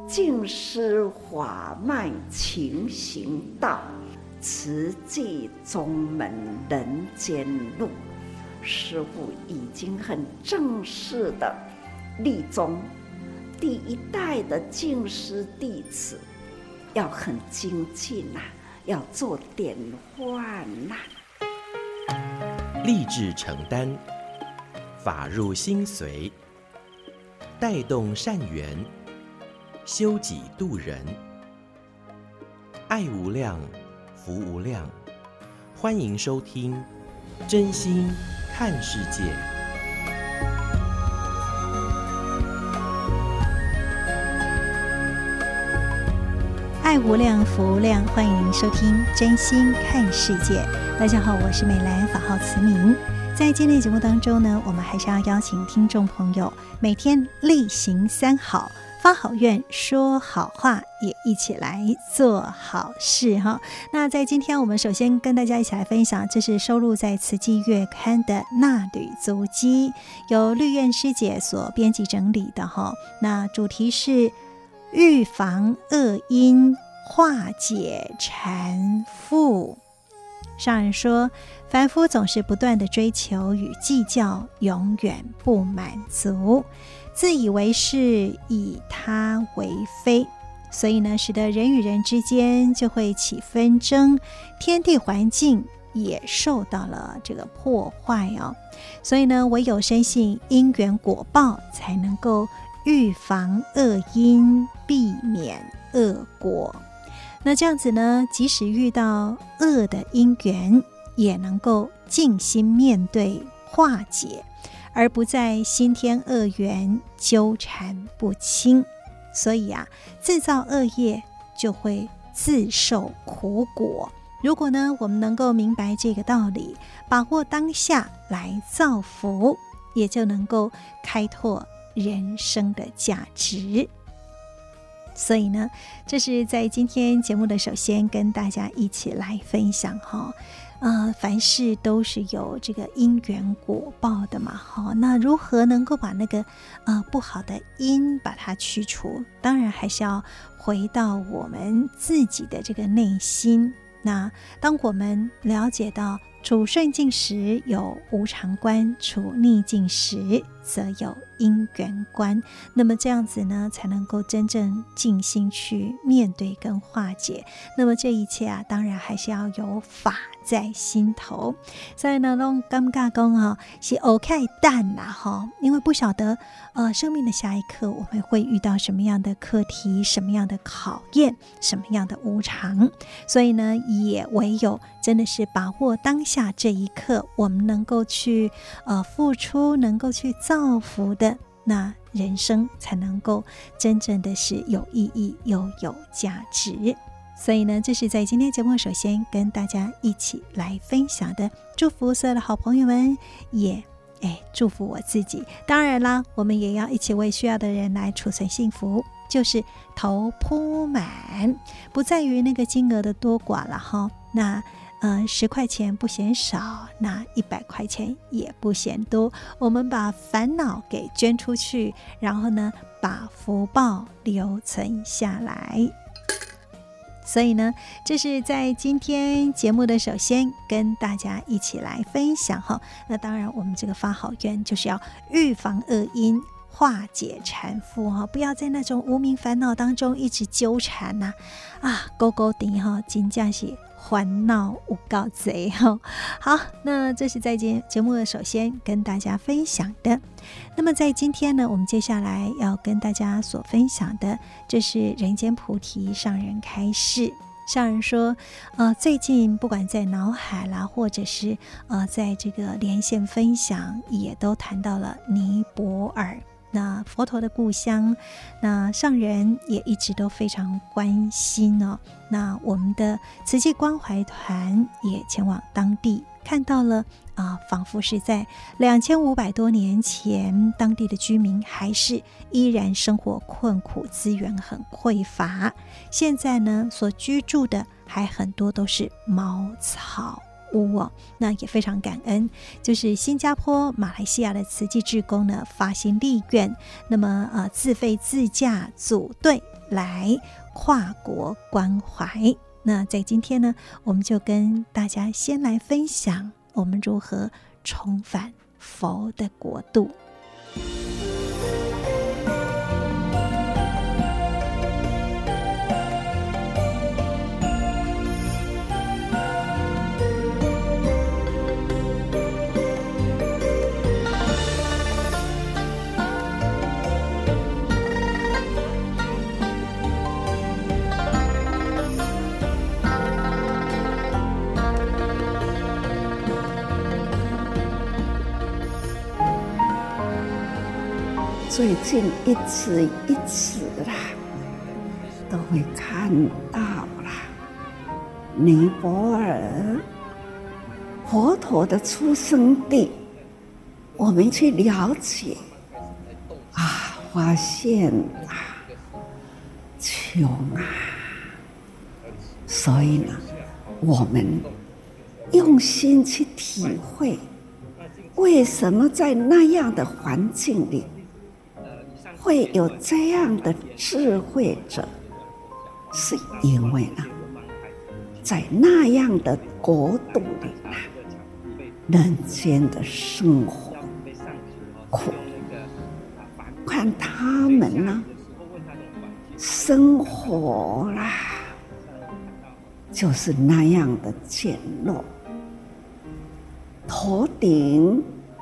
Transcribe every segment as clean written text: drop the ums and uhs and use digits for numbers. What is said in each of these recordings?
尽施法脉勤行道，慈济宗门人间路。师父已经很正式的立宗，第一代的净师弟子要很精进要做典范立志承担，法入心随，带动善缘，修己度人，爱无量，福无量。欢迎收听真心看世界。 爱无量，福无量，欢迎收听真心看世界。大家好，我是美兰，法号慈明。在今天的节目当中呢，我们还是要邀请听众朋友每天例行3好，发好愿，说好话，也一起来做好事哈。那在今天我们首先跟大家一起来分享，这是收录在慈济月刊的纳履足迹，由绿苑师姐所编辑整理的哈。那主题是预防恶因，化解缠缚。上人说，凡夫总是不断的追求与计较，永远不满足，自以为是，以他为非，所以呢，使得人与人之间就会起纷争，天地环境也受到了这个破坏哦。所以呢，唯有深信因缘果报，才能够预防恶因，避免恶果。那这样子呢，即使遇到恶的因缘，也能够静心面对化解，而不在心添恶缘，纠缠不清。所以制造恶业就会自受苦果。如果呢，我们能够明白这个道理，把握当下来造福，也就能够开拓人生的价值。所以呢，这是在今天节目的首先跟大家一起来分享哈。凡事都是有这个因缘果报的嘛，那如何能够把那个不好的因把它去除？当然还是要回到我们自己的这个内心。那当我们了解到处顺境时有无常观，处逆境时则有因缘观，那么这样子呢，才能够真正静心去面对跟化解。那么这一切当然还是要有法在心头。所以呢，弄尴尬讲是 OK 淡啦因为不晓得生命的下一刻我们会遇到什么样的课题，什么样的考验，什么样的无常。所以呢，也唯有真的是把握当下这一刻，我们能够去付出，能够去造福的，那人生才能够真正的是有意义又有价值。所以呢，这是在今天节目首先跟大家一起来分享的，祝福所有的好朋友们，也祝福我自己。当然啦，我们也要一起为需要的人来储存幸福，就是头铺满，不在于那个金额的多寡了哈。那10块钱不嫌少，那100块钱也不嫌多。我们把烦恼给捐出去，然后呢，把福报留存下来。所以呢，这是在今天节目的首先跟大家一起来分享哈。那当然，我们这个发好愿就是要预防恶因，化解缠缚不要在那种无名烦恼当中一直纠缠勾勾顶真的是烦恼有够多好，那这是在节目的首先跟大家分享的。那么在今天呢，我们接下来要跟大家所分享的，这是人间菩提上人开示。上人说最近不管在脑海啦，或者是在这个连线分享，也都谈到了尼泊尔，那佛陀的故乡，那上人也一直都非常关心那我们的慈济关怀团也前往当地，看到了仿佛是在2500多年前，当地的居民还是依然生活困苦，资源很匮乏。现在呢，所居住的还很多都是茅草屋那也非常感恩，就是新加坡、马来西亚的慈济志工呢发心立愿，那么自费自驾组队来跨国关怀。那在今天呢，我们就跟大家先来分享我们如何重返佛的国度。 最近一次一次啦，都会看到啦，尼泊尔佛陀的出生地，我们去了解啊，发现啊，穷啊，所以呢，我们用心去体会，为什么在那样的环境里会有这样的智慧者，是因为呢，在那样的国度里呢，人间的生活苦，看他们呢，生活啦，就是那样的简陋，头顶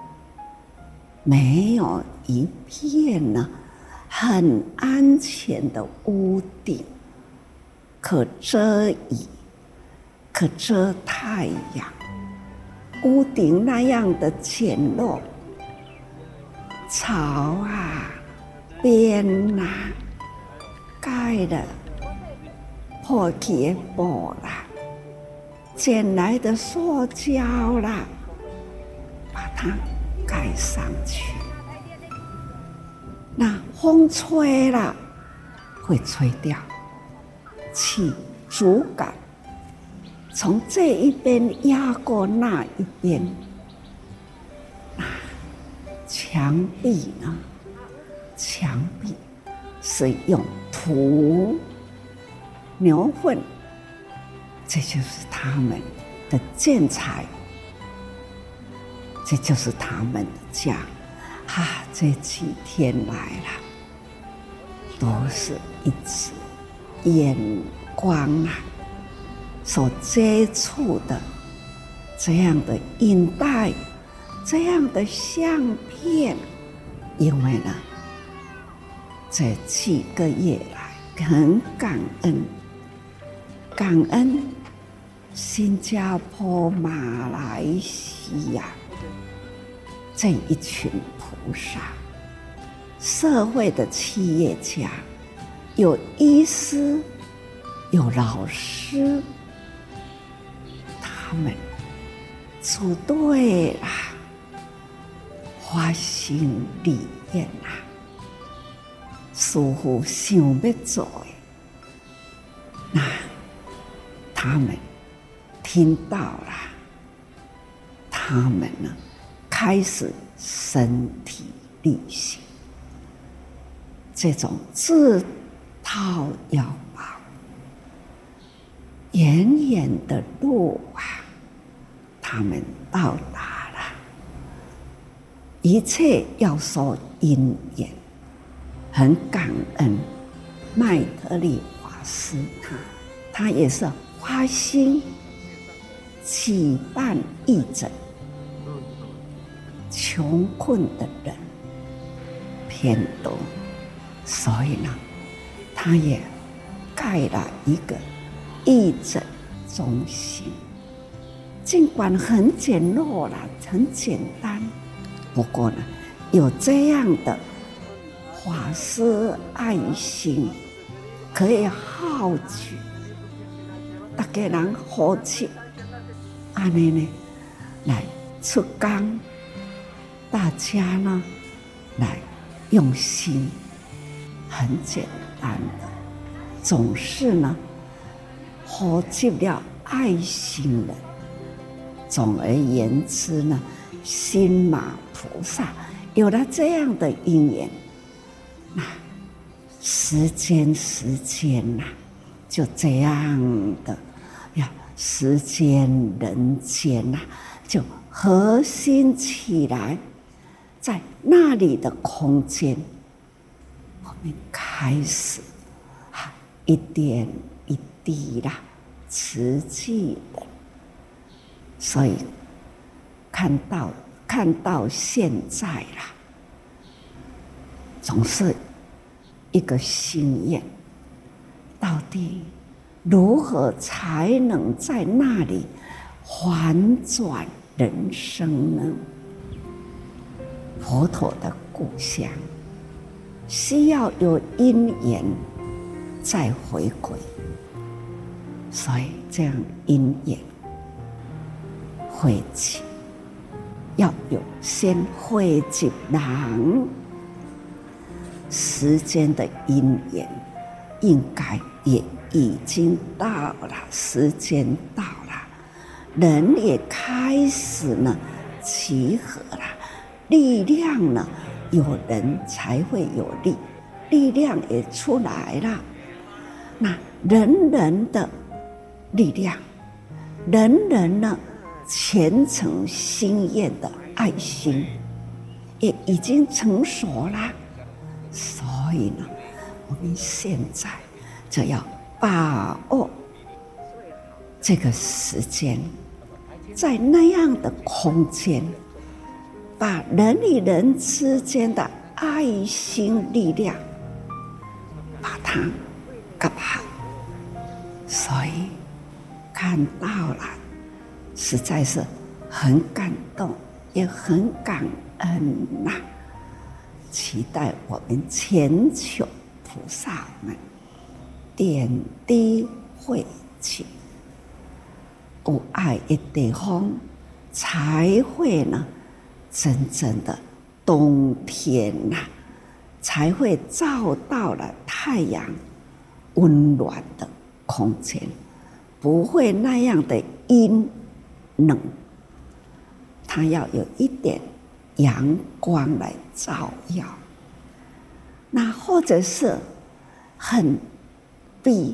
没有一片呢很安全的屋顶，可遮雨，可遮太阳。屋顶那样的简陋，草啊、边啊，盖了破去的布啦，捡来的塑胶啦，把它盖上去。那风吹了，会吹掉，起竹竿，从这一边压过那一边。墙壁呢？墙壁是用土、牛粪，这就是他们的建材，这就是他们的家。这几天来了，都是一直眼光啊所接触的这样的影带，这样的相片，因为呢，这几个月来很感恩，感恩新加坡、马来西亚这一群菩萨，社会的企业家，有医师，有老师，他们组队啦，发心理念啦，似乎想要做的，那他们听到了，他们呢开始身体力行，这种自掏腰包，远远的路啊，他们到达了。一切要说因缘，很感恩麦特利法师，他也是花心举办义诊，穷困的人偏多，所以呢，他也盖了一个义诊中心。尽管很简陋啦，很简单，不过呢，有这样的法师爱心，可以号举大家人合起，安尼呢来出工，大家呢来用心，很简单的，总是呢合集了爱心人。总而言之呢，新马菩萨有了这样的因缘，那时间呐，就这样的呀，时间人间呐，就核心起来，在那里的空间，我们开始一点一滴啦，持续的，所以看到现在啦，总是一个心愿，到底如何才能在那里反转人生呢？佛陀的故乡需要有因缘再回归，所以这样因缘汇集，要有先汇集人。时间的因缘应该也已经到了，时间到了，人也开始呢集合了，力量呢有人才会有力，力量也出来了。那人人的力量，人人呢虔诚心愿的爱心也已经成熟了。所以呢，我们现在就要把握这个时间，在那样的空间，把人与人之间的爱心力量，把它搞好。所以看到了，实在是很感动，也很感恩呐。期待我们全球菩萨们点滴汇集，有爱的地方才会呢真正的冬天呐，才会照到了太阳温暖的空间，不会那样的阴冷，它要有一点阳光来照耀，那或者是很逼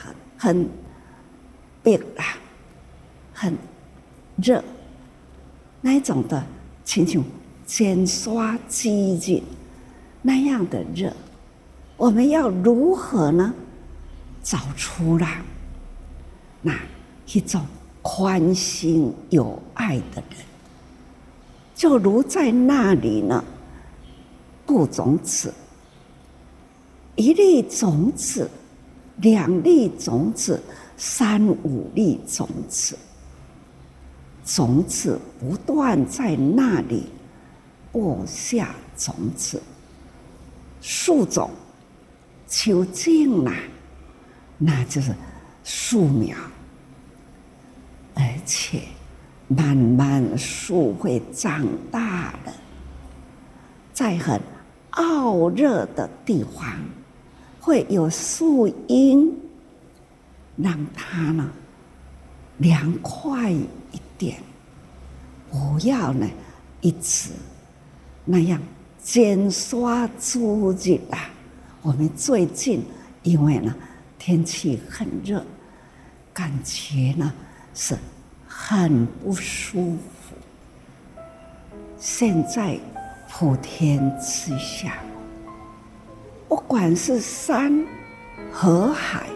啦，很热那一种的亲像尖刷鸡日那样的热，我们要如何呢？找出来那一种宽心有爱的人。就如在那里呢，布种子，一粒种子、2粒种子、3、5粒种子，种子不断在那里播下种子，树种、秋茎啦，那就是树苗，而且慢慢树会长大了，在很傲热的地方会有树荫，让它呢凉快一点，不要呢一直那样尖刷朱日啊。我们最近因为呢天气很热，感觉呢是很不舒服。现在普天之下，不管是山、河、海，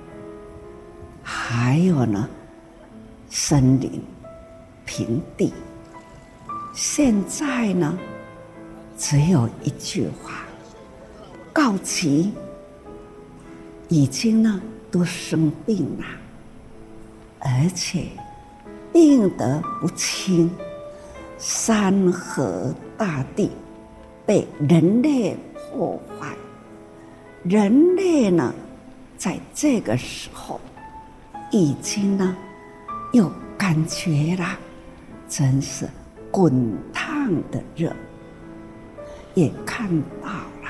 还有呢森林、平地，现在呢只有一句话告急，已经呢都生病了，而且病得不轻，山河大地被人类破坏，人类呢在这个时候已经呢有感觉啦，真是滚烫的热，也看到了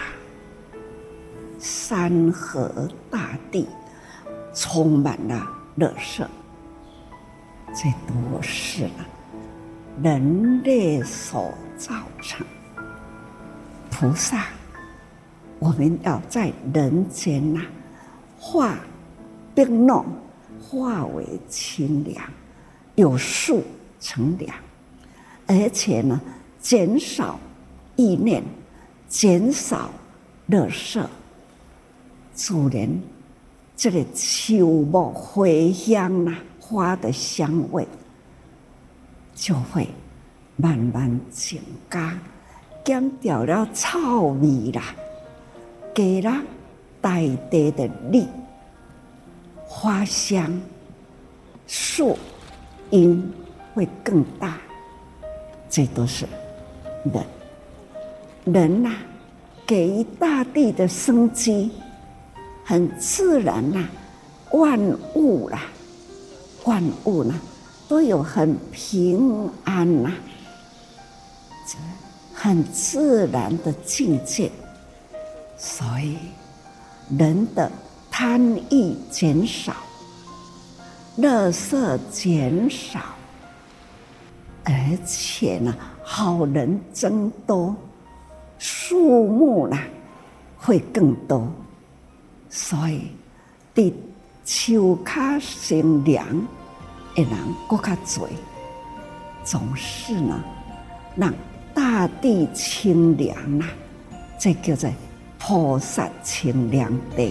山河大地充满了垃圾，这都是呢人类所造成。菩萨我们要在人间呐，化冰冻化为清凉，有数成凉，而且呢，减少意念，减少垃圾，自然这个树木花香啊，花的香味就会慢慢增加，减掉了臭味啦，给了大地的力，花香树荫会更大。这都是人呐，给予大地的生机，很自然呐，万物呢都有很平安呐，很自然的境界。所以人的贪欲减少，垃圾减少，而且呢，好人增多，树木呢会更多。所以伫树脚乘凉的人更较多，总是呢让大地清凉啊，这叫做菩萨清凉地。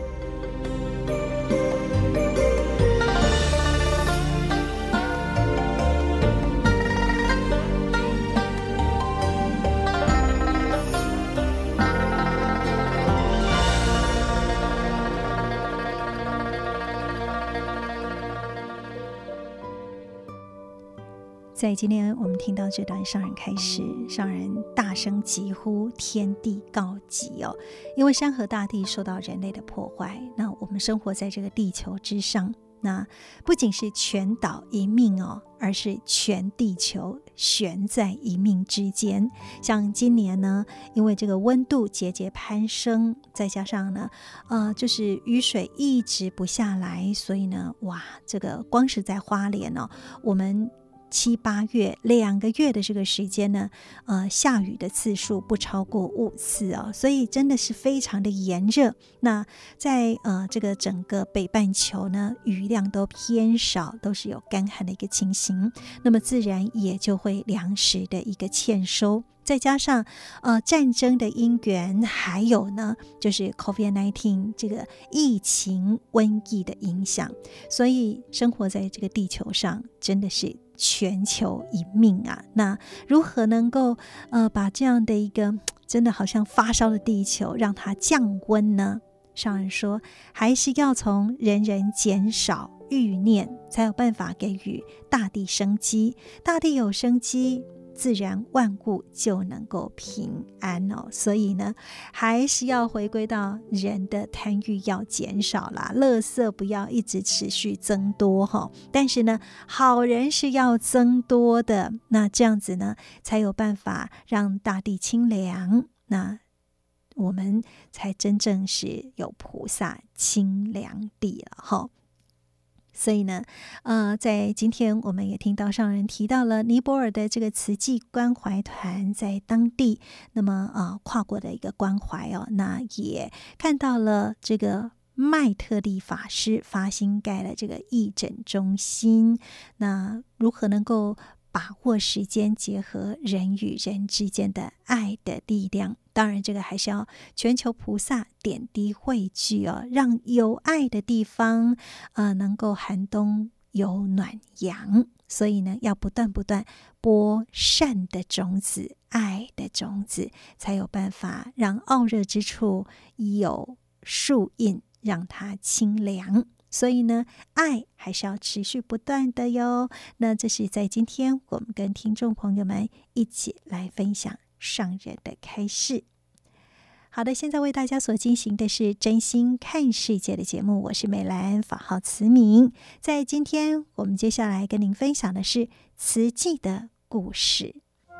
在今天我们听到这段上人开始，上人大声疾呼天地告急哦，因为山河大地受到人类的破坏，那我们生活在这个地球之上，那不仅是全岛一命哦，而是全地球悬在一命之间。像今年呢，因为这个温度节节攀升，再加上呢就是雨水一直不下来，所以呢哇，这个光是在花莲哦，我们7、8月2个月的这个时间呢，下雨的次数不超过5次哦，所以真的是非常的炎热。那在这个整个北半球呢，雨量都偏少，都是有干旱的一个情形，那么自然也就会粮食的一个欠收。再加上战争的因缘，还有呢就是 COVID-19 这个疫情瘟疫的影响，所以生活在这个地球上真的是全球一命啊。那如何能够把这样的一个真的好像发烧的地球让它降温呢？上人说还是要从人人减少欲念，才有办法给予大地生机，大地有生机，自然万物就能够平安哦。所以呢，还是要回归到人的贪欲要减少啦，垃圾不要一直持续增多哈。但是呢，好人是要增多的，那这样子呢，才有办法让大地清凉，那我们才真正是有菩萨清凉地了哈。所以呢，在今天我们也听到上人提到了尼泊尔的这个慈济关怀团在当地，那么跨国的一个关怀哦，那也看到了这个麦特利法师发心盖了这个义诊中心，那如何能够把握时间，结合人与人之间的爱的力量？当然这个还是要全球菩萨点滴汇聚哦，让有爱的地方能够寒冬有暖阳。所以呢，要不断播善的种子，爱的种子，才有办法让傲热之处有树荫，让它清凉。所以呢，爱还是要持续不断的哟。那这是在今天我们跟听众朋友们一起来分享上人的开示。好的，现在为大家所进行的是真心看世界的节目，我是美兰，法号慈明。在今天我们接下来跟您分享的是慈济的故事。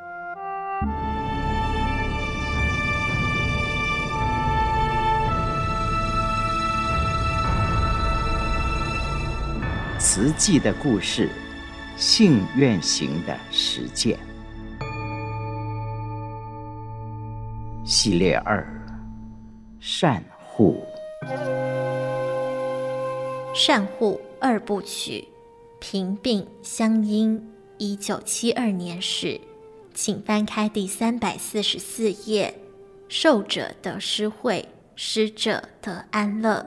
慈济的故事，信愿行的实践系列2， 善护。 善护二部曲，平病相因，1972年始，请翻开第344页。受者得施惠，施者得安乐。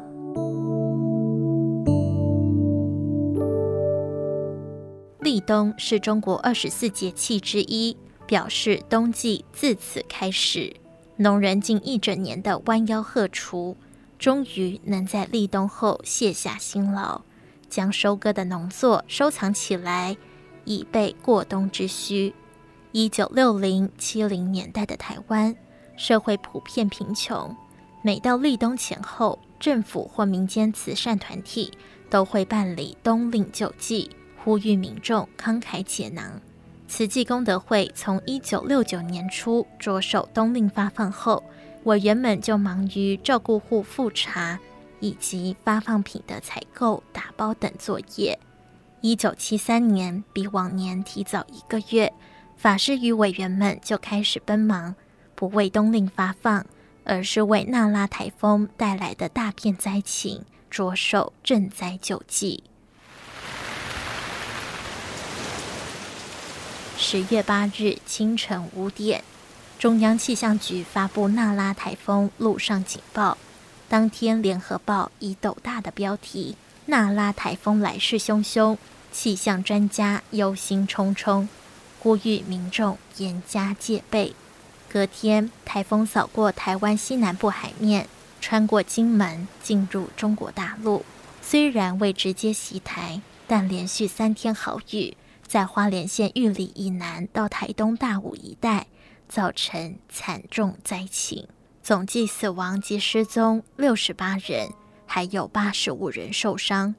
立冬是中国24节气之一，表示冬季自此开始。农人近一整年的弯腰荷锄，终于能在立冬后卸下辛劳，将收割的农作收藏起来，以备过冬之需。1960、70年代的台湾，社会普遍贫穷，每到立冬前后，政府或民间慈善团体都会办理冬令救济，呼吁民众慷慨解囊。慈济功德会从1969年初着手冬令发放后，委员们就忙于照顾户复查以及发放品的采购、打包等作业。1973年比往年提早1个月，法师与委员们就开始奔忙，不为冬令发放，而是为那拉台风带来的大片灾情着手赈灾救济。10月8日清晨5点，中央气象局发布那拉台风陆上警报。当天联合报以斗大的标题“那拉台风来势汹汹，气象专家忧心忡忡”，呼吁民众严加戒备。隔天，台风扫过台湾西南部海面，穿过金门进入中国大陆。虽然未直接袭台，但连续3天豪雨，在花莲县玉里以南到台东大武一带，造成惨重灾情，总计死亡及失踪68人，还有85人受伤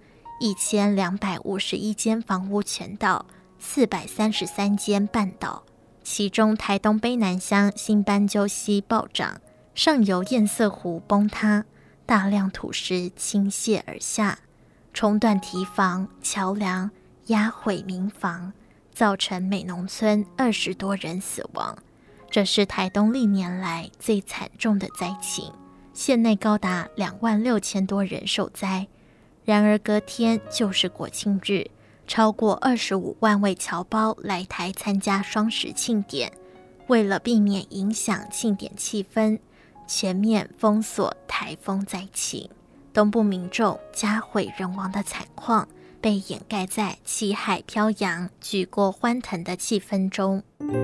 ，1251间房屋全倒，433间半倒。其中台东卑南乡新斑鸠溪暴涨，上游堰塞湖崩塌，大量土石倾泻而下，冲断堤防、桥梁，压毁民房，造成美浓村20多人死亡。这是台东历年来最惨重的灾情，县内高达26000多人受灾。然而隔天就是国庆日，超过25万位侨胞来台参加双十庆典，为了避免影响庆典气氛，全面封锁台风灾情。东部民众家毁人亡的惨况被掩盖在旗海飘扬、举国欢腾的气氛中。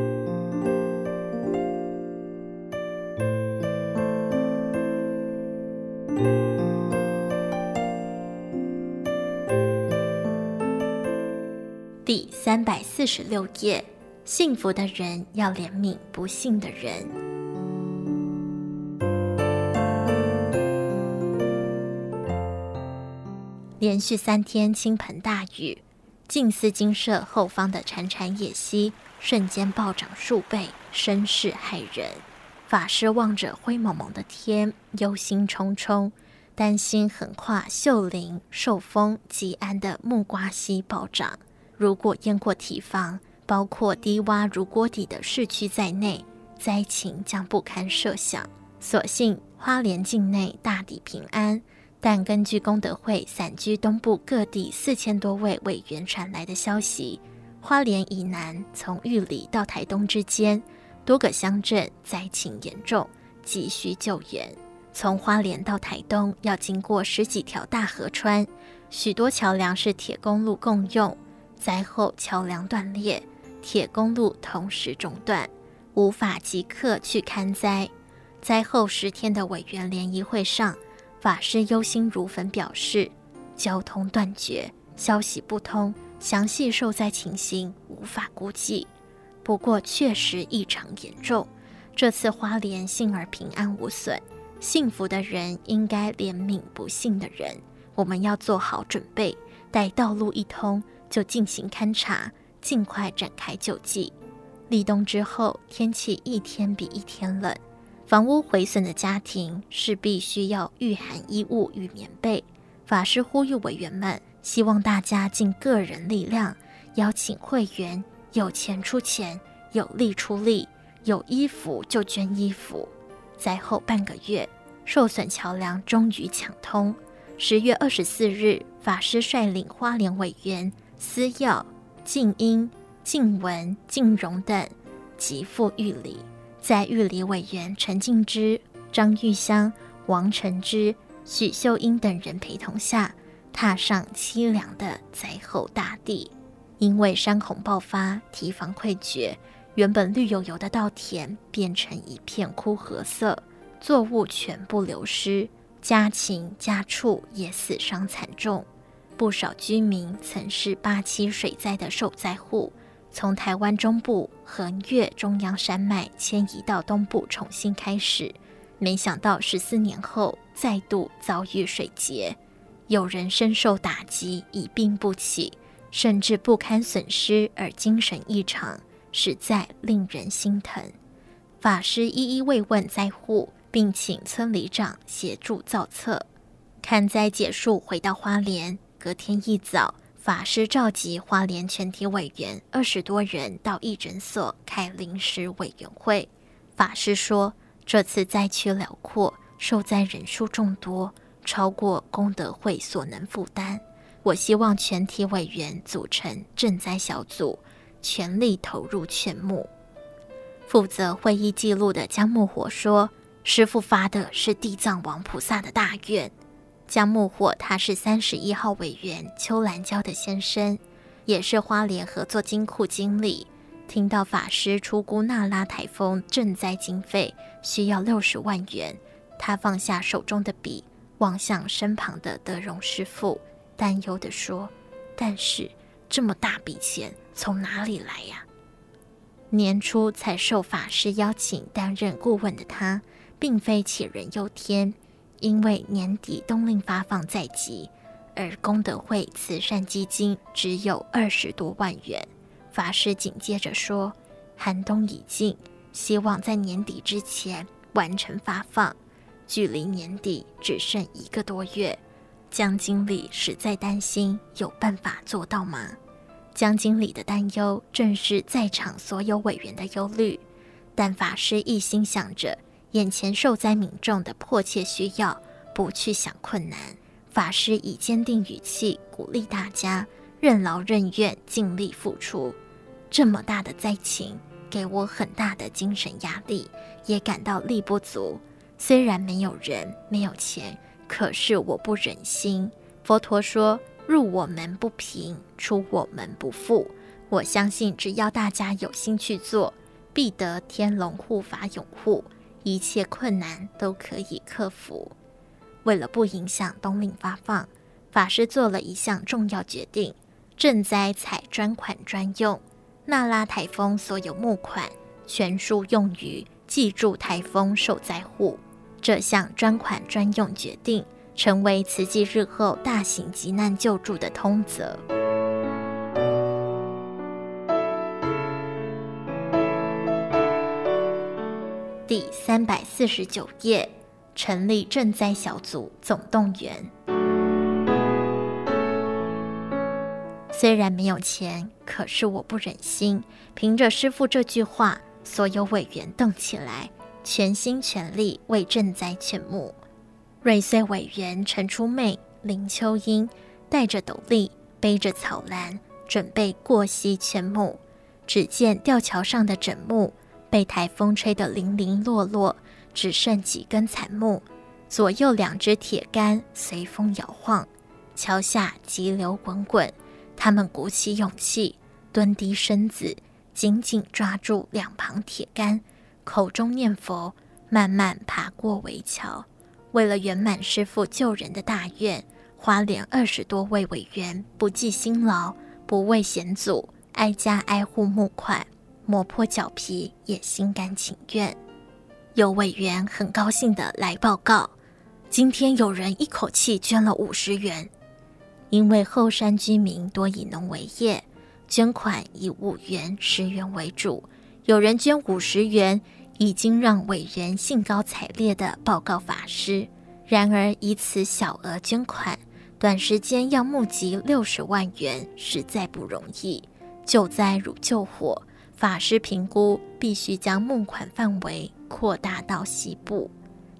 第346页，幸福的人要怜悯不幸的人。连续3天倾盆大雨，静思精舍后方的潺潺野溪瞬间暴涨数倍，声势骇人。法师望着灰蒙蒙的天，忧心忡忡，担心横跨秀林、寿丰、吉安的木瓜溪暴涨。如果淹过堤防，包括低洼如锅底的市区在内，灾情将不堪设想。所幸花莲境内大抵平安，但根据功德会散居东部各地4000多位委员传来的消息，花莲以南从玉里到台东之间多个乡镇灾情严重，急需救援。从花莲到台东要经过10几条大河川，许多桥梁是铁公路共用，灾后桥梁断裂，铁公路同时中断，无法即刻去勘灾。灾后10天的委员联谊会上，法师忧心如焚表示，交通断绝，消息不通，详细受灾情形无法估计。不过确实异常严重，这次花莲幸而平安无损，幸福的人应该怜悯不幸的人。我们要做好准备，待道路一通就进行勘察，尽快展开救济。立冬之后，天气一天比一天冷，房屋毁损的家庭势必需要御寒衣物与棉被。法师呼吁委员们，希望大家尽个人力量，邀请会员，有钱出钱，有力出力，有衣服就捐衣服。灾后半个月， 受损桥梁终于抢通。10月24日，法师率领花莲委员司耀、静英、静文、静荣等即赴玉里，在玉里委员陈敬之、张玉香、王承之、许秀英等人陪同下，踏上凄凉的灾后大地。因为山洪爆发，堤防溃决，原本绿油油的稻田变成一片枯褐色，作物全部流失，家禽家畜也死伤惨重。不少居民曾是8、7水灾的受灾户，从台湾中部横越中央山脉迁移到东部重新开始，没想到14年后再度遭遇水劫，有人深受打击，一病不起，甚至不堪损失而精神异常，实在令人心疼。法师一一慰问灾户，并请村里长协助造册。看灾结束，回到花莲，隔天一早，法师召集花莲全体委员20多人到义诊所开临时委员会。法师说，这次灾区辽阔，受灾人数众多，超过功德会所能负担。我希望全体委员组成赈灾小组，全力投入劝募。负责会议记录的江木火说，师父发的是地藏王菩萨的大愿。江木火他是31号委员邱兰娇的先生，也是花莲合作金库经理。听到法师出估那拉台风赈灾经费需要60万元，他放下手中的笔，望向身旁的德荣师父，担忧地说，但是这么大笔钱从哪里来呀？年初才受法师邀请担任顾问的他，并非杞人忧天，因为年底冬令发放在即，而功德会慈善基金只有20多万元。法师紧接着说，寒冬已近，希望在年底之前完成发放，距离年底只剩1个多月。江经理实在担心，有办法做到吗？江经理的担忧正是在场所有委员的忧虑，但法师一心想着眼前受灾民众的迫切需要，不去想困难。法师以坚定语气鼓励大家任劳任怨，尽力付出。这么大的灾情给我很大的精神压力，也感到力不足。虽然没有人，没有钱，可是我不忍心。佛陀说，入我门不平，出我门不富。我相信只要大家有心去做，必得天龙护法拥护，一切困难都可以克服。为了不影响冬令发放，法师做了一项重要决定，赈灾采专款专用，那拉台风所有募款全数用于济助台风受灾户。这项专款专用决定成为慈济日后大型急难救助的通则。第349页，成立赈灾小组总动员。虽然没有钱，可是我不忍心。凭着师父这句话，所有委员动起来，全心全力为赈灾劝募。瑞穗委员陈初妹、林秋英带着斗笠，背着草篮，准备过溪劝募。只见吊桥上的枕木被台风吹得零零落落，只剩几根残木，左右2只铁杆随风摇晃，桥下急流滚滚。他们鼓起勇气，蹲低身子，紧紧抓住2旁铁杆，口中念佛，慢慢爬过围桥。为了圆满师父救人的大愿，花莲20多位委员不计辛劳，不畏险阻，挨家挨户募款，磨破脚皮也心甘情愿。有委员很高兴地来报告，今天有人一口气捐了50元。因为后山居民多以农为业，捐款以5元、10元为主，有人捐50元，已经让委员兴高采烈地报告法师。然而以此小额捐款，短时间要募集60万元，实在不容易。救灾如救火，法师评估必须将募款范围扩大到西部。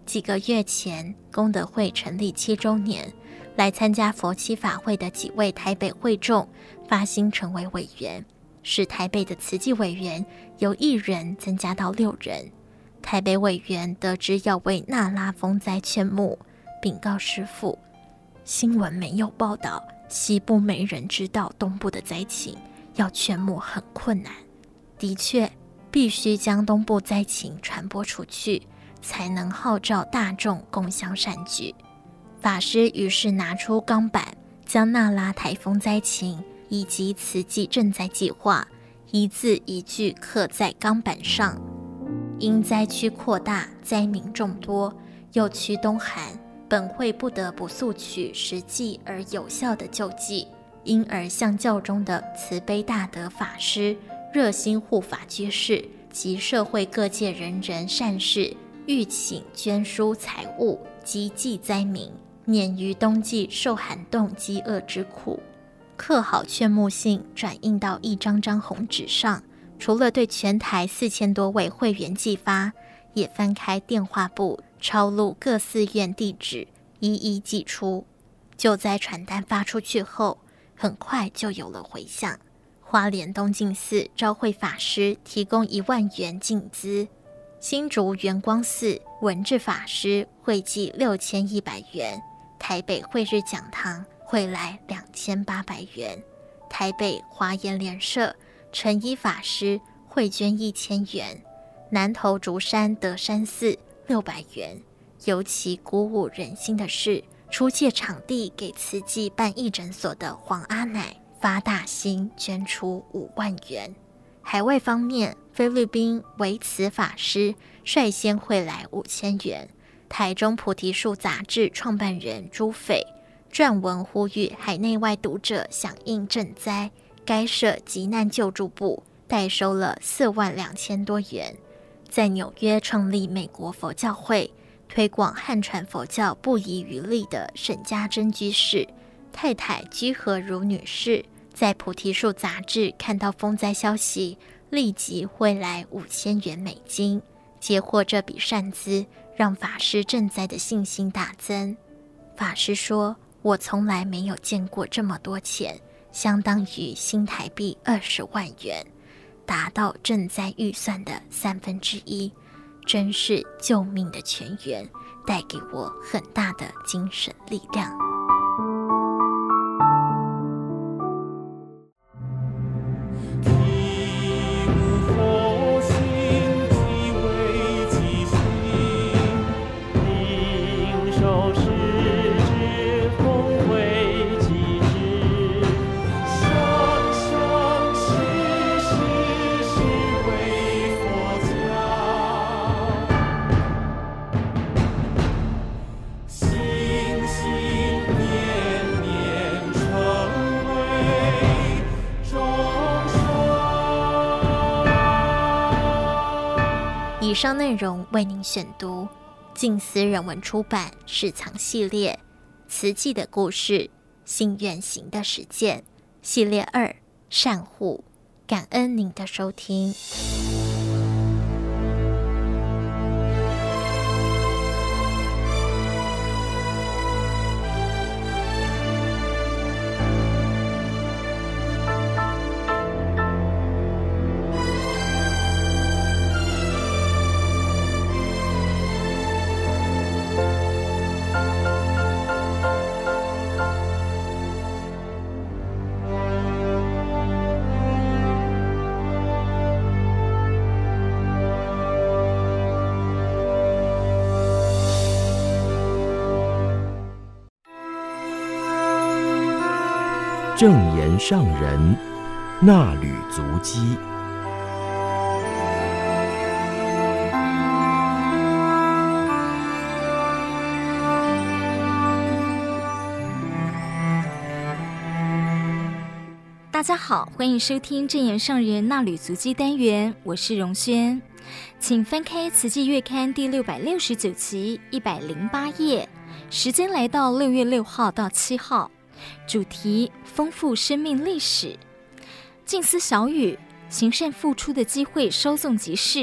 几个月前，功德会成立7周年，来参加佛七法会的几位台北会众发心成为委员，使台北的慈济委员由1人增加到6人。台北委员得知要为那拉风灾劝募，禀告师父，新闻没有报道，西部没人知道东部的灾情，要劝募很困难。的确，必须将东部灾情传播出去，才能号召大众共襄善举。法师于是拿出钢板，将那拉台风灾情以及慈济赈灾计划一字一句刻在钢板上。因灾区扩大，灾民众多，又趋冬寒，本会不得不速取实际而有效的救济，因而向教中的慈悲大德法师、热心护法居士及社会各界人人善事，欲请捐书财物及济灾民，免于冬季受寒冻饥饿之苦。刻好劝募信，转印到一张张红纸上，除了对全台4000多位会员寄发，也翻开电话簿，抄录各寺院地址，一一寄出。救灾传单发出去后，很快就有了回响。花莲东进寺昭慧法师提供1万元进资，新竹圆光寺文智法师汇济6100元，台北慧日讲堂汇来2800元，台北华严莲社陈一法师汇捐1000元，南投竹山德山寺600元。尤其鼓舞人心的是，出借场地给慈济办义诊所的黄阿奶发大心捐出5万元。海外方面，菲律宾维慈法师率先汇来5000元，台中菩提树杂志创办人朱斐撰文呼吁海内外读者响应赈灾，该社急难救助部代收了42000多元。在纽约创立美国佛教会，推广汉传佛教不遗余力的沈家珍居士太太居和如女士，在菩提树杂志看到风灾消息，立即汇来5000元美金，接获这笔善资，让法师赈灾的信心大增。法师说，我从来没有见过这么多钱，相当于新台币20万元，达到赈灾预算的1/3，真是救命的泉源，带给我很大的精神力量。以上内容为您选读静思人文出版史藏系列慈济的故事信愿行的实践系列2善护，感恩您的收听。 正言上人那履足迹。 大家好，欢迎收听正言上人那履足迹单元，我是荣轩。请翻开慈济月刊第669期108页，时间来到6月6号到7号，主题丰富生命历史。静思小语，行善付出的机会稍纵即逝，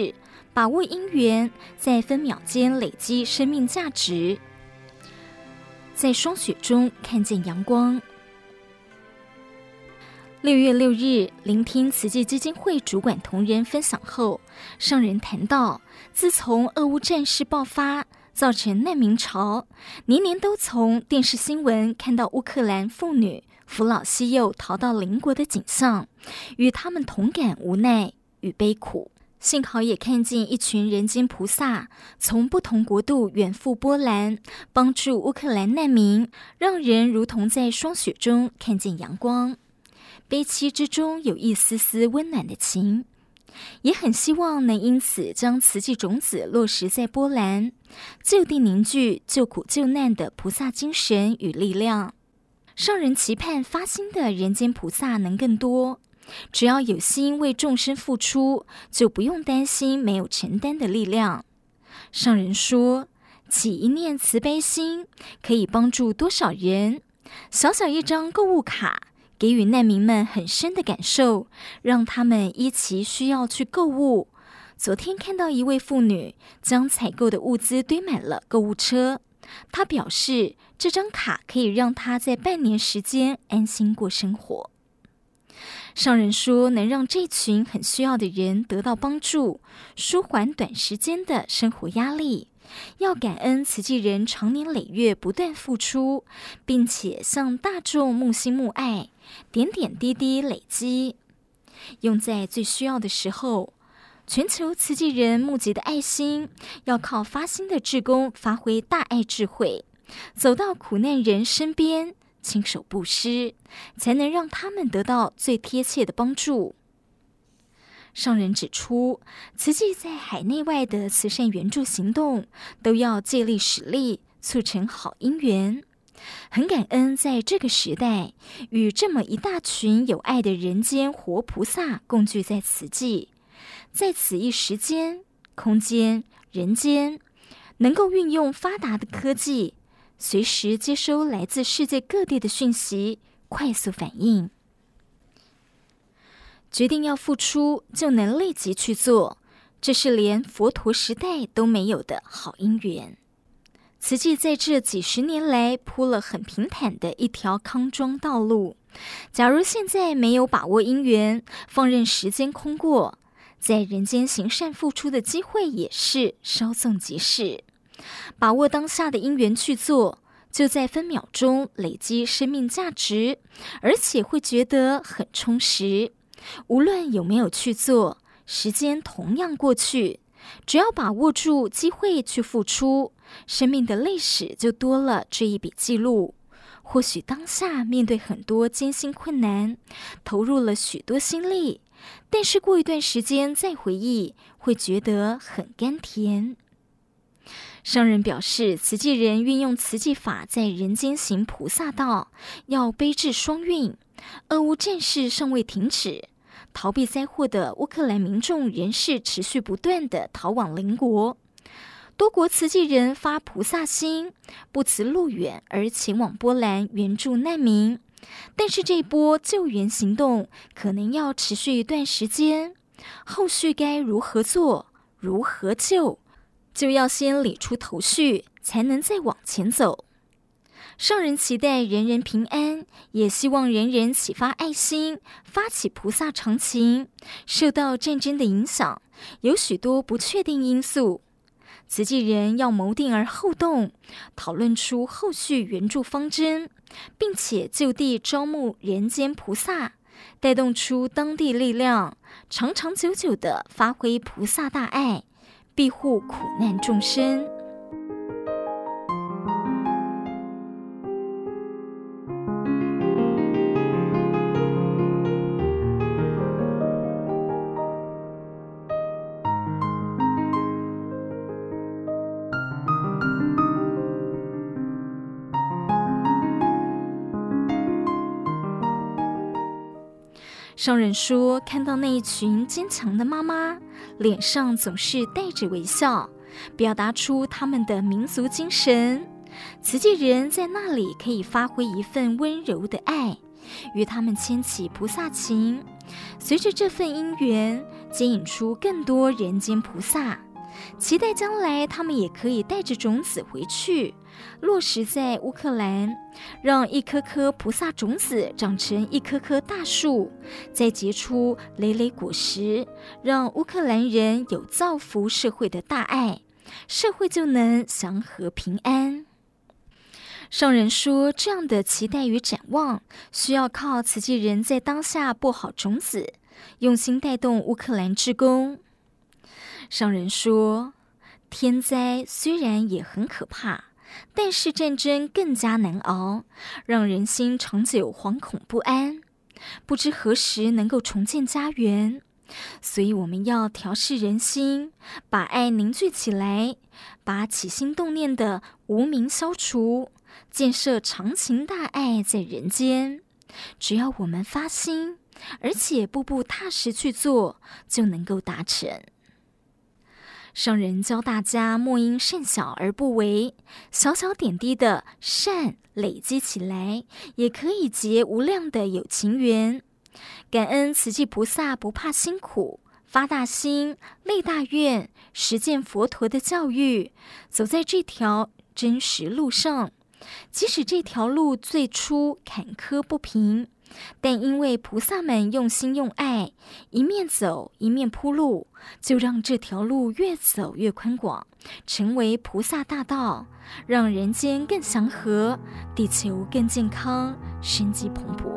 把握因缘，在分秒间累积生命价值，在霜雪中看见阳光。6月6日，聆听慈济基金会主管同仁分享后，上人谈到，自从俄乌战事爆发，造成难民潮，年年都从电视新闻看到乌克兰妇女扶老携幼逃到邻国的景象，与他们同感无奈与悲苦。幸好也看见一群人间菩萨从不同国度远赴波兰，帮助乌克兰难民，让人如同在霜雪中看见阳光。悲戚之中有一丝丝温暖的情，也很希望能因此将慈济种子落实在波兰，就地凝聚救苦救难的菩萨精神与力量。上人期盼发心的人间菩萨能更多，只要有心为众生付出，就不用担心没有承担的力量。上人说，起一念慈悲心，可以帮助多少人？小小一张购物卡，给予难民们很深的感受，让他们依其需要去购物。昨天看到一位妇女将采购的物资堆满了购物车，她表示这张卡可以让她在半年时间安心过生活。上人说，能让这群很需要的人得到帮助，舒缓短时间的生活压力，要感恩慈济人长年累月不断付出，并且向大众慕心慕爱，点点滴滴累积，用在最需要的时候。全球慈济人募集的爱心，要靠发心的志工发挥大爱智慧，走到苦难人身边，亲手布施，才能让他们得到最贴切的帮助。上人指出，慈济在海内外的慈善援助行动，都要借力使力，促成好因缘。很感恩在这个时代，与这么一大群有爱的人间活菩萨共聚在慈济，在此一时间、空间、人间，能够运用发达的科技，随时接收来自世界各地的讯息，快速反应。决定要付出，就能立即去做，这是连佛陀时代都没有的好因缘。慈济在这几十年来铺了很平坦的一条康庄道路，假如现在没有把握因缘，放任时间空过，在人间行善付出的机会也是稍纵即逝。把握当下的因缘去做，就在分秒钟累积生命价值，而且会觉得很充实。无论有没有去做，时间同样过去，只要把握住机会去付出，生命的历史就多了这一笔记录。或许当下面对很多艰辛困难，投入了许多心力，但是过一段时间再回忆，会觉得很甘甜。上人表示，慈济人运用慈济法在人间行菩萨道，要悲智双运。俄乌战事尚未停止，逃避灾祸的乌克兰民众仍是持续不断的逃往邻国。多国慈济人发菩萨心，不辞路远而前往波兰援助难民。但是这波救援行动可能要持续一段时间，后续该如何做、如何救，就要先理出头绪，才能再往前走。上人期待人人平安，也希望人人启发爱心，发起菩萨常情。受到战争的影响，有许多不确定因素，慈济人要谋定而后动，讨论出后续援助方针，并且就地招募人间菩萨，带动出当地力量，长长久久地发挥菩萨大爱，庇护苦难众生。上人说，看到那一群坚强的妈妈，脸上总是带着微笑，表达出他们的民族精神。慈济人在那里可以发挥一份温柔的爱， 与他们牵起菩萨情，随着这份因缘，接引出更多人间菩萨，期待将来他们也可以带着种子回去，落实在乌克兰，让一颗颗菩萨种子长成一棵棵大树，再结出累累果实，让乌克兰人有造福社会的大爱，社会就能祥和平安。上人说，这样的期待与展望，需要靠慈济人在当下播好种子，用心带动乌克兰志工。上人说，天灾虽然也很可怕，但是战争更加难熬，让人心长久惶恐不安，不知何时能够重建家园。所以我们要调适人心，把爱凝聚起来，把起心动念的无明消除，建设长情大爱在人间。只要我们发心，而且步步踏实去做，就能够达成。上人教大家莫因善小而不为，小小点滴的善累积起来，也可以结无量的有情缘。感恩慈济菩萨不怕辛苦，发大心，立大愿，实践佛陀的教育，走在这条真实路上。即使这条路最初坎坷不平，但因为菩萨们用心用爱，一面走一面铺路，就让这条路越走越宽广，成为菩萨大道，让人间更祥和，地球更健康，生机蓬勃。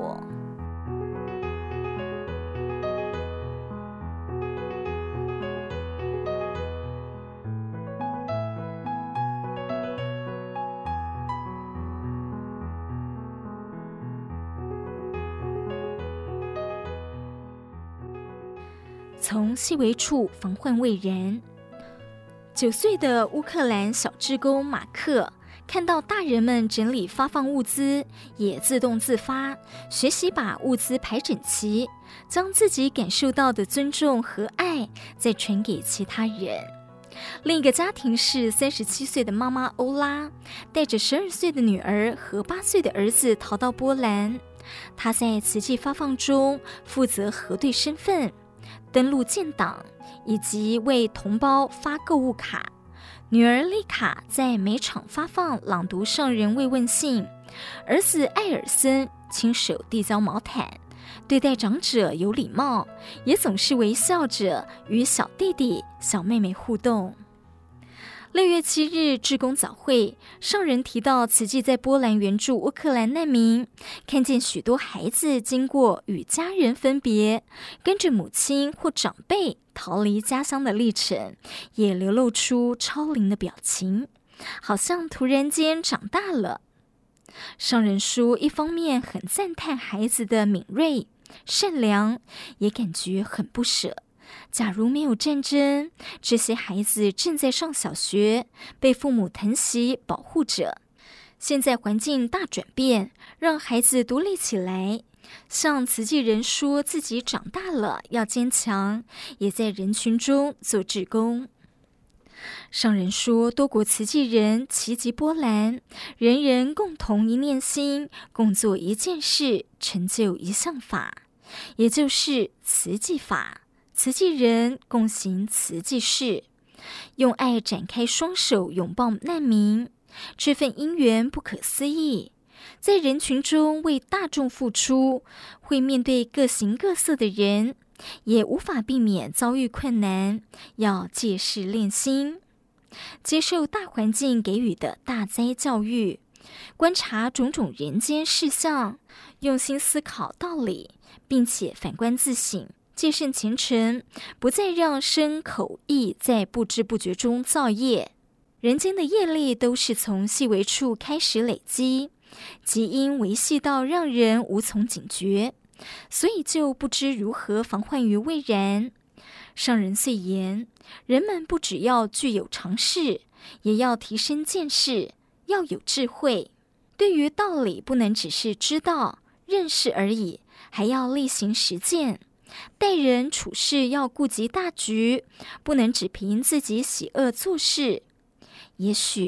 从细微处防患未然。9岁的乌克兰小志工马克看到大人们整理发放物资，也自动自发学习把物资排整齐，将自己感受到的尊重和爱再传给其他人。另一个家庭是37岁的妈妈欧拉，带着12岁的女儿和8岁的儿子逃到波兰。她在慈济发放中负责核对身份、登录建档以及为同胞发购物卡。女儿丽卡在每场发放朗读上人慰问信，儿子艾尔森亲手递交毛毯，对待长者有礼貌，也总是微笑着与小弟弟小妹妹互动。6月7日志工早会，上人提到慈济在波兰援助乌克兰难民，看见许多孩子经过与家人分别，跟着母亲或长辈逃离家乡的历程，也流露出超龄的表情，好像突然间长大了。上人说，一方面很赞叹孩子的敏锐、善良，也感觉很不舍。假如没有战争，这些孩子正在上小学，被父母疼惜保护着。现在环境大转变，让孩子独立起来，向慈济人说自己长大了，要坚强，也在人群中做志工。上人说，多国慈济人齐集波兰，人人共同一念心，共做一件事，成就一项法，也就是慈济法。慈济人共行慈济事，用爱展开双手拥抱难民，这份因缘不可思议。在人群中为大众付出，会面对各形各色的人，也无法避免遭遇困难，要借势练心，接受大环境给予的大灾教育，观察种种人间事项，用心思考道理，并且反观自省，戒慎虔诚，不再让身口意在不知不觉中造业。人间的业力都是从细微处开始累积，即因维系到让人无从警觉，所以就不知如何防患于未然。上人遂言，人们不只要具有常识，也要提升见识，要有智慧。对于道理不能只是知道、认识而已，还要力行实践。待人处事要顾及大局，不能只凭自己喜恶做事。也许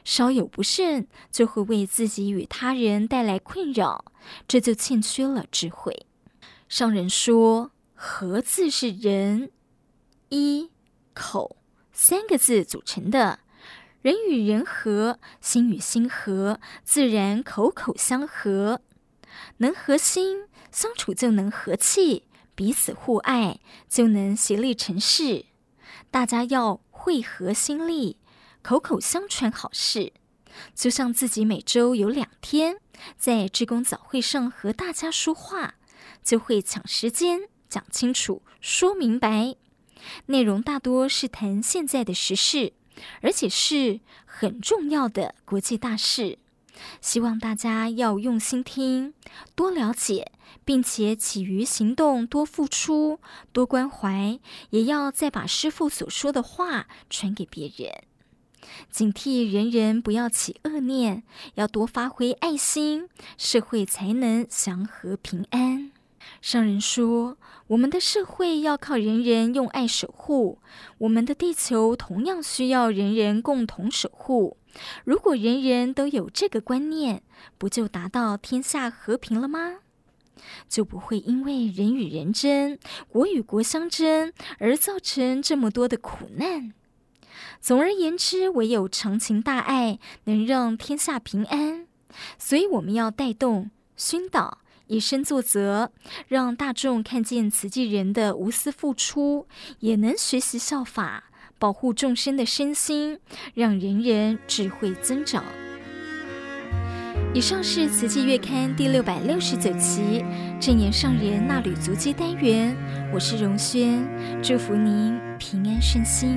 稍有不慎就会为自己与他人带来困扰，这就欠缺了智慧。上人说，和字是人、一、口三个字组成的，人与人和，心与心和，自然口口相和。能和心，相处就能和气，彼此互爱，就能协力成事。大家要会合心力，口口相传好事。就像自己每周有2天在志工早会上和大家说话，就会抢时间讲清楚说明白，内容大多是谈现在的时事，而且是很重要的国际大事。希望大家要用心听，多了解，并且起于行动，多付出，多关怀，也要再把师父所说的话传给别人。警惕人人不要起恶念，要多发挥爱心，社会才能祥和平安。上人说，我们的社会要靠人人用爱守护，我们的地球同样需要人人共同守护。如果人人都有这个观念，不就达到天下和平了吗？就不会因为人与人争，国与国相争，而造成这么多的苦难。总而言之，唯有长情大爱能让天下平安，所以我们要带动熏导，以身作则，让大众看见慈济人的无私付出，也能学习效法，保护众生的身心，让人人智慧增长。以上是慈济月刊第669期正言上人那履足迹单元，我是荣轩，祝福您平安顺心。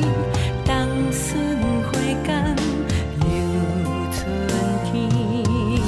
春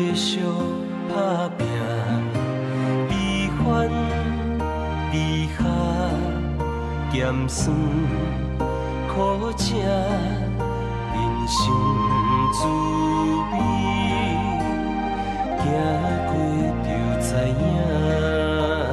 续打拼，悲欢离合咸酸苦涩，人生滋味，行过就知影。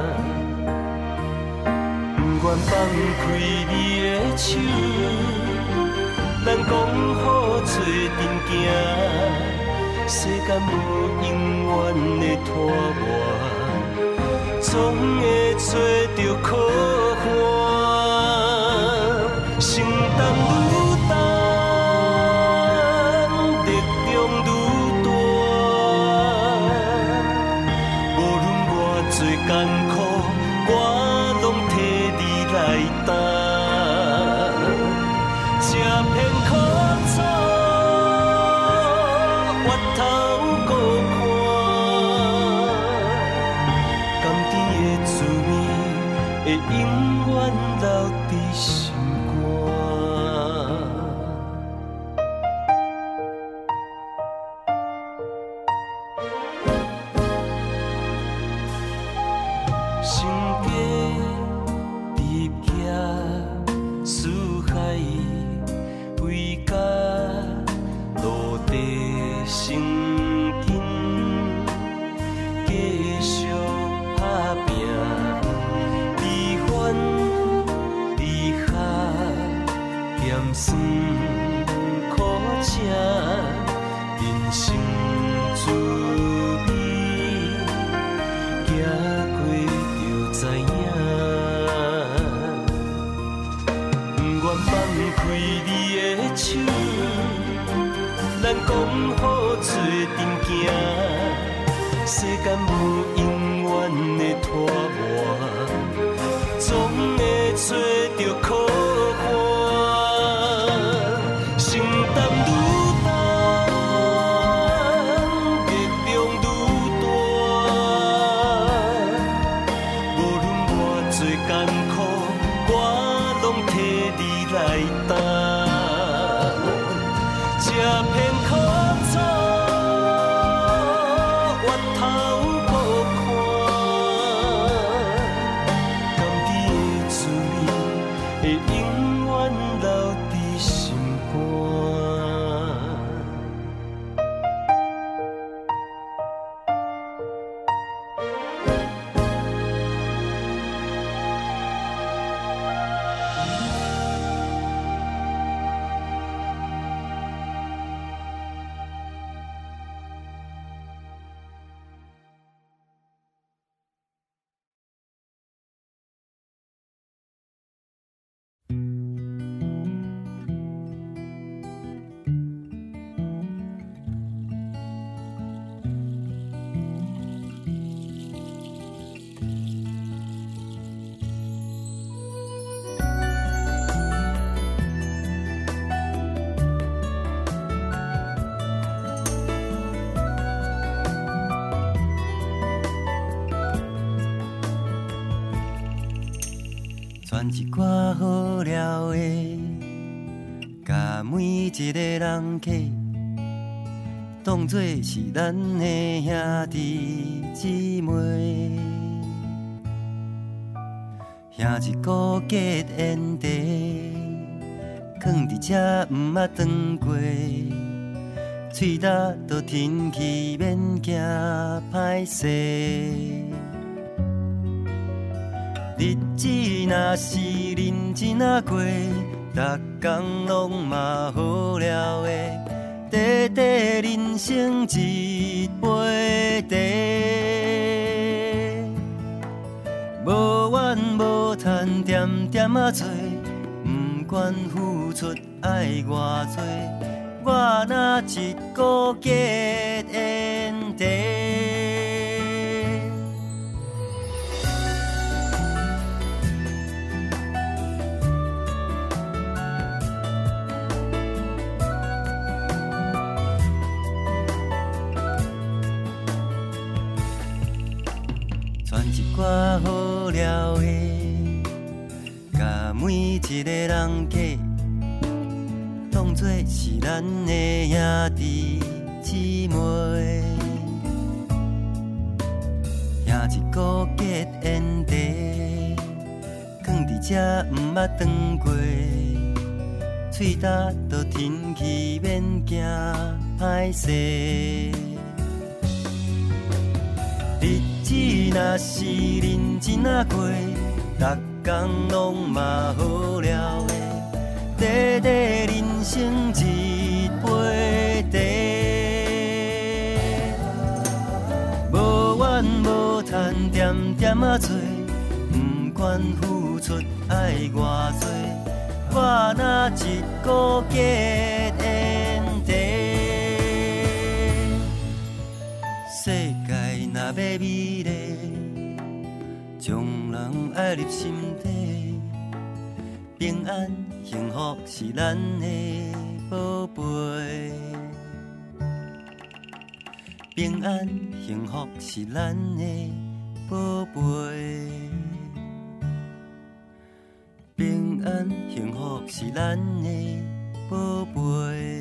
不愿放开你的手，咱讲好做阵行，世间无永远的拖磨，总会找到靠岸，承担愈重，力量愈大，无论偌多艰苦，我拢替你来担。这片苦楚，越头搁看，甘甜的滋味会永远留伫心肝。心家离家四海。为甲落地生根，继续打拼，悲欢离合咸酸苦涩，人生滋味，行过就知影。不愿放开你的手，咱讲好做阵行，世间无永远的拖磨，总会找到靠岸，承担愈重，力量愈大，无论偌多艰苦，我拢替你来担。这片苦楚，越头搁看，甘甜的滋味会永远留伫心肝。选一寡好料的，甲每一个人客，当作是咱的兄弟姊妹，兄一个结缘地，放伫遮毋捌转过，喙焦到天气免惊歹势。日子若是认真啊过，逐工拢嘛好料的，短短人生一杯茶，无怨无叹，点点啊做，不管付出爱偌多，我若一个结缘地。我好料的，甲每一个人客，当作是咱的兄弟姊妹， 才毋捌转过，喙焦都天气免惊歹势。日子若是认真啊过，逐工拢嘛好了的，短短人生一杯茶。无怨无叹，点点啊做，不管付出爱偌多，我若一个结缘地。世界若要美丽，将人爱入心底，平安幸福是咱的宝贝。平安幸福是咱的宝贝，平安幸福是咱的宝贝。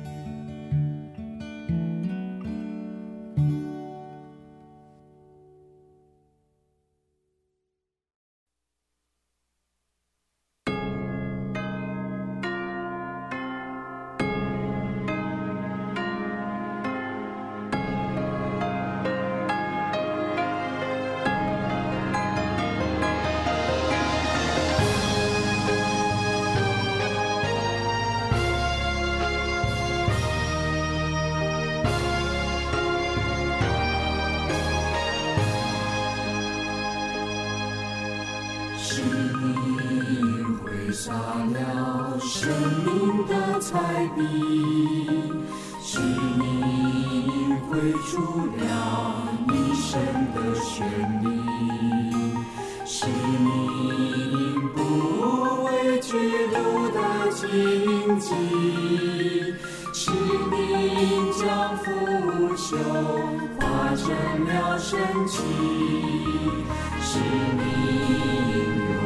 洒了生命的彩笔，是你绘出了一生的旋律，是你不畏惧路的荆棘，是你将腐朽化成了神奇，是你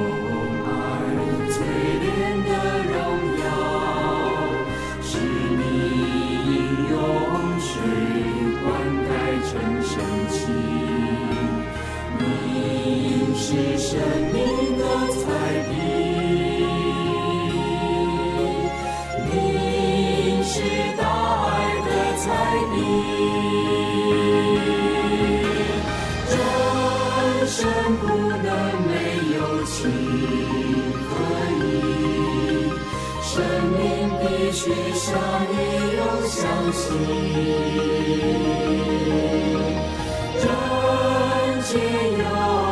是生命的彩笔，你是大爱的彩笔，人生不能没有情和义，生命必须相依又相惜，人间有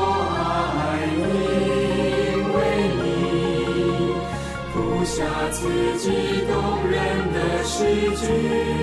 下自己动人的诗句。